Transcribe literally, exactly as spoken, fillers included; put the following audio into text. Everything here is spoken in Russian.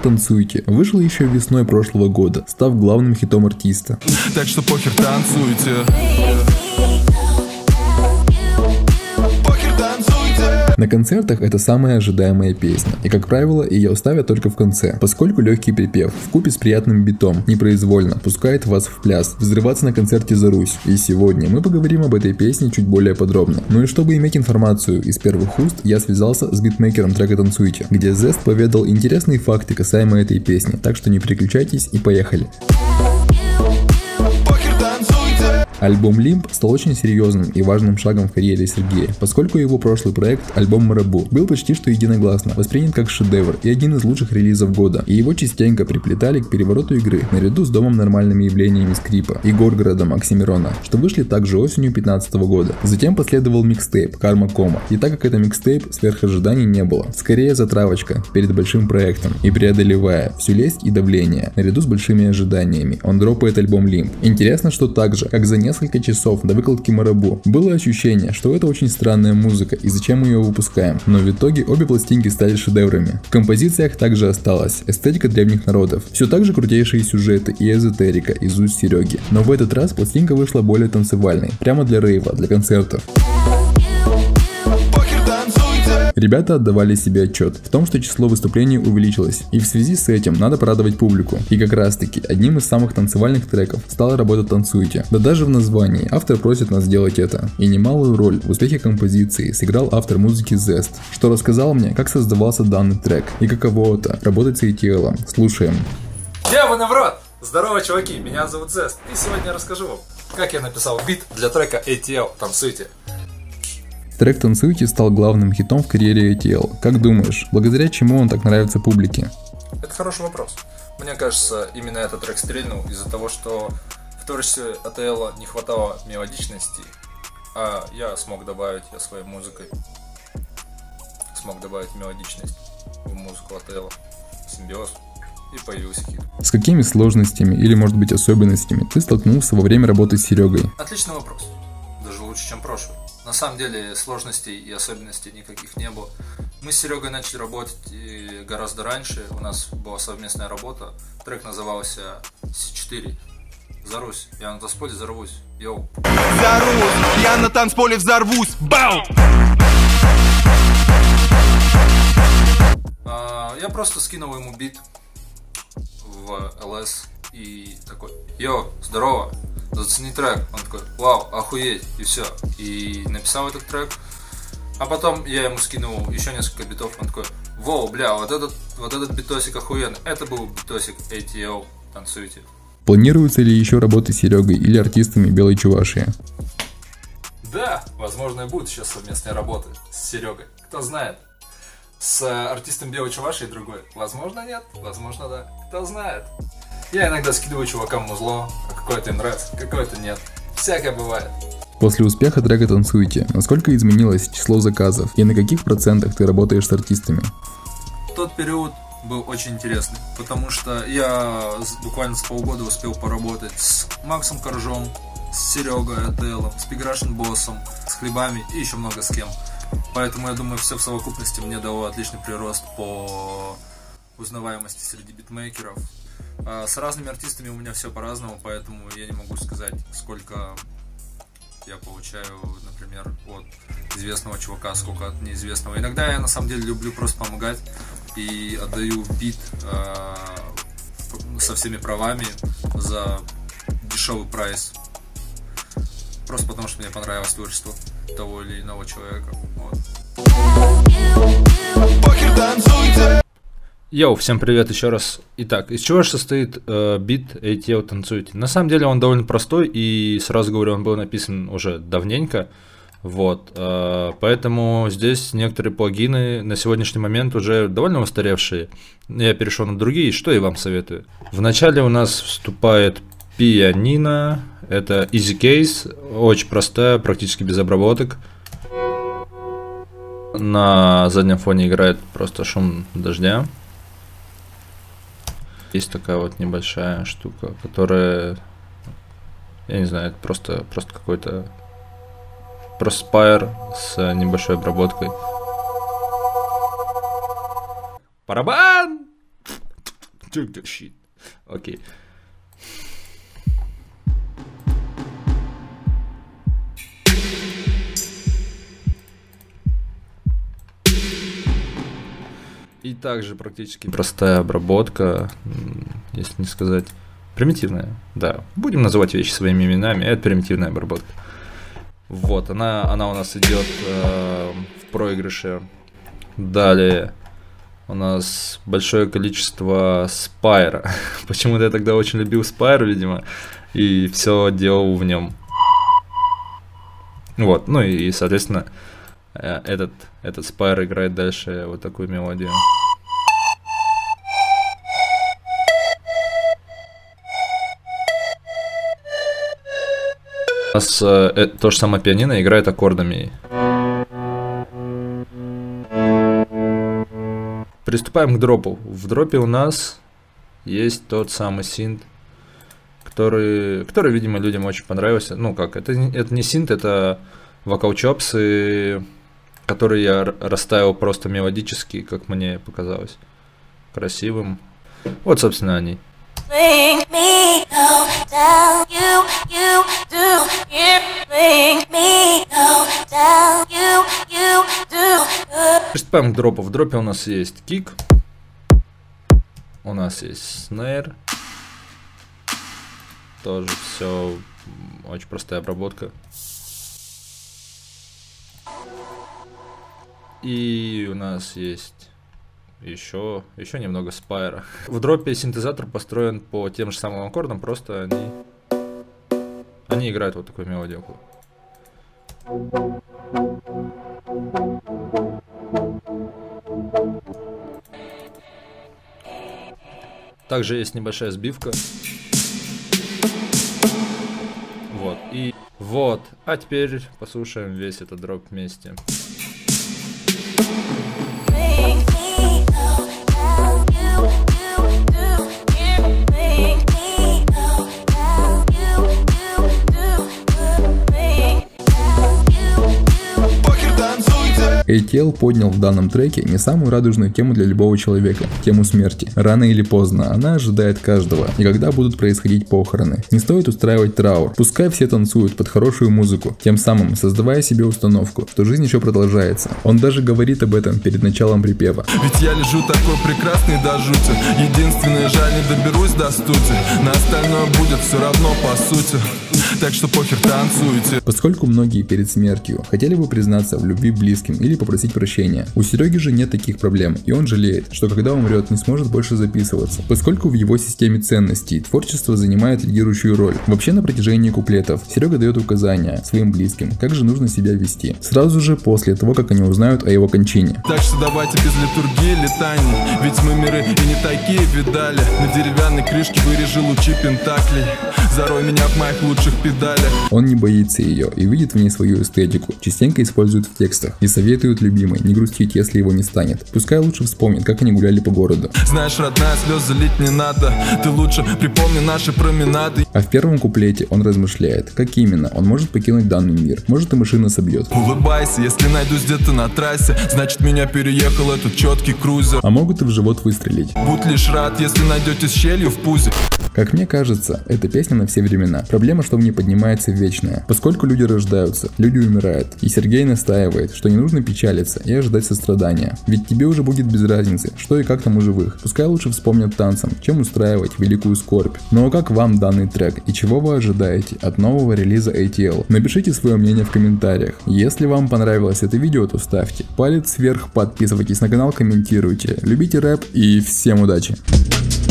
«Танцуйте» вышел еще весной прошлого года, став главным хитом артиста. Так что похер, танцуйте. На концертах это самая ожидаемая песня, и как правило ее ставят только в конце, поскольку легкий припев вкупе с приятным битом непроизвольно пускает вас в пляс, взрываться на концерте за Русь. И сегодня мы поговорим об этой песне чуть более подробно. Ну и чтобы иметь информацию из первых уст, я связался с битмейкером трека «Танцуйте», где Zest поведал интересные факты касаемо этой песни, так что не переключайтесь и поехали. Альбом Limp стал очень серьезным и важным шагом в карьере Сергея, поскольку его прошлый проект, альбом Марабу, был почти что единогласно воспринят как шедевр и один из лучших релизов года, и его частенько приплетали к перевороту игры, наряду с домом нормальными явлениями Скрипа и Горгородом Оксимирона, что вышли также осенью две тысячи пятнадцатого года. Затем последовал микстейп Карма Кома, и так как это микстейп, сверх ожиданий не было, скорее затравочка перед большим проектом, и преодолевая всю лесть и давление, наряду с большими ожиданиями, он дропает альбом Limp. Интересно, что так же, как за несколько часов до выкладки Марабу, было ощущение, что это очень странная музыка и зачем мы ее выпускаем, но в итоге обе пластинки стали шедеврами. В композициях также осталась эстетика древних народов, все так же крутейшие сюжеты и эзотерика из уст Сереги, но в этот раз пластинка вышла более танцевальной, прямо для рейва, для концертов. Ребята отдавали себе отчет в том, что число выступлений увеличилось, и в связи с этим надо порадовать публику. И как раз таки одним из самых танцевальных треков стала работа «Танцуйте». Да даже в названии автор просит нас сделать это. И немалую роль в успехе композиции сыграл автор музыки Zest, что рассказал мне, как создавался данный трек и каково это работать с эй ти эл. Слушаем. Ебаный в рот! Здорово, чуваки, меня зовут Zest, и сегодня я расскажу вам, как я написал бит для трека эй ти эл «Танцуйте». Трек «Танцуйте» стал главным хитом в карьере эй ти эл. Как думаешь, благодаря чему он так нравится публике? Это хороший вопрос. Мне кажется, именно этот трек стрельнул из-за того, что в творчестве эй ти эл не хватало мелодичности, а я смог добавить я своей музыкой, смог добавить мелодичность в музыку эй ти эл, симбиоз, и появился хит. С какими сложностями или, может быть, особенностями ты столкнулся во время работы с Серегой? Отличный вопрос. Даже лучше, чем прошлый. На самом деле сложностей и особенностей никаких не было. Мы с Серегой начали работать гораздо раньше, у нас была совместная работа. Трек назывался Си четыре. За Русь. Я на танцполе взорвусь. Йоу. За Русь, я на танцполе взорвусь. Бау! А, я просто скинул ему бит в эл эс и такой: йо, здорово, зацени трек. Он такой: вау, охуеть, и все. И написал этот трек. А потом я ему скинул еще несколько битов. Он такой: воу, бля, вот этот, вот этот битосик охуенный. Это был битосик эй ти эл «Танцуйте». Планируется ли еще работы с Серегой или артистами Белой Чувашии? Да, возможно, и будут еще совместные работы с Серегой. Кто знает. С артистом Белой Чувашии другой. Возможно, нет, возможно, да. Кто знает. Я иногда скидываю чувакам музло, а какое-то им нравится, какое-то нет. Всякое бывает. После успеха трека «Танцуйте», насколько изменилось число заказов и на каких процентах ты работаешь с артистами? Тот период был очень интересный, потому что я буквально с полгода успел поработать с Максом Коржом, с Серегой эй ти эл, с Пиграшин Боссом, с Хлебами и еще много с кем. Поэтому я думаю, все в совокупности мне дало отличный прирост по узнаваемости среди битмейкеров. С разными артистами у меня все по-разному, поэтому я не могу сказать, сколько я получаю, например, от известного чувака, сколько от неизвестного. Иногда я на самом деле люблю просто помогать и отдаю бит э, со всеми правами за дешевый прайс. Просто потому, что мне понравилось творчество того или иного человека. Вот. Йоу, всем привет еще раз. Итак, из чего же состоит э, бит эй ти эл «Танцуйте»? На самом деле он довольно простой, и сразу говорю, он был написан уже давненько. Вот, э, поэтому здесь некоторые плагины на сегодняшний момент уже довольно устаревшие. Я перешел на другие, что и вам советую. Вначале у нас вступает пианино, это Easy Case, очень простая, практически без обработок. На заднем фоне играет просто шум дождя. Есть такая вот небольшая штука, которая, я не знаю, это просто, просто какой-то проспайр с небольшой обработкой. Барабан! took the shit. Окей. И также практически простая обработка, если не сказать примитивная, да. Будем называть вещи своими именами, это примитивная обработка. Вот, она, она у нас идет э, в проигрыше. Далее у нас большое количество спайра. Почему-то я тогда очень любил спайр, видимо, и все делал в нем. Вот, ну и, соответственно, этот, этот спайр играет дальше вот такую мелодию. У нас э, то же самое пианино играет аккордами. Приступаем к дропу. В дропе у нас есть тот самый синт, который, который, видимо, людям очень понравился. Ну как, это, это не синт, это вокал-чопсы, которые я расставил просто мелодически, как мне показалось, красивым. Вот, собственно, они. Приступаем к дропу. В дропе у нас есть кик, у нас есть снейр, тоже все очень простая обработка. И у нас есть еще, еще немного спайра. В дропе синтезатор построен по тем же самым аккордам, просто они, они играют вот такую мелодию. Также есть небольшая сбивка. Вот, и вот. А теперь послушаем весь этот дроп вместе. эй ти эл поднял в данном треке не самую радужную тему для любого человека – тему смерти. Рано или поздно она ожидает каждого, и когда будут происходить похороны. Не стоит устраивать траур, пускай все танцуют под хорошую музыку, тем самым создавая себе установку, что жизнь еще продолжается. Он даже говорит об этом перед началом припева. Ведь я лежу такой прекрасный до жути, единственное, жаль, не доберусь до студии, на остальное будет все равно по сути, так что похер, танцуйте. Поскольку многие перед смертью хотели бы признаться в любви близким или попросить прощения, у Сереги же нет таких проблем, и он жалеет, что когда умрет, не сможет больше записываться, поскольку в его системе ценностей творчество занимает лидирующую роль. Вообще на протяжении куплетов Серега дает указания своим близким, как же нужно себя вести, сразу же после того, как они узнают о его кончине. Так что давайте без литургии летаний, ведь мы миры и не такие видали, на деревянной крышке вырежи лучи пентаклей, зарой меня в моих лучших педалях. Он не боится ее и видит в ней свою эстетику, частенько использует в текстах и советует любимой не грустить, если его не станет. Пускай лучше вспомнит, как они гуляли по городу. Знаешь, родная, слезы лить не надо, ты лучше припомни наши променады. А в первом куплете он размышляет, как именно он может покинуть данный мир. Может, и машина собьет. Улыбайся, если найдусь где-то на трассе, значит меня переехал этот четкий крузер. А могут и в живот выстрелить. Будь лишь рад, если найдете щелью в пузе. Как мне кажется, эта песня на все времена. Проблема, что в ней поднимается вечная. Поскольку люди рождаются, люди умирают. И Сергей настаивает, что не нужно печалиться и ожидать сострадания. Ведь тебе уже будет без разницы, что и как там у живых. Пускай лучше вспомнят танцем, чем устраивать великую скорбь. Ну а как вам данный трек и чего вы ожидаете от нового релиза эй ти эл? Напишите свое мнение в комментариях. Если вам понравилось это видео, то ставьте палец вверх, подписывайтесь на канал, комментируйте. Любите рэп и всем удачи!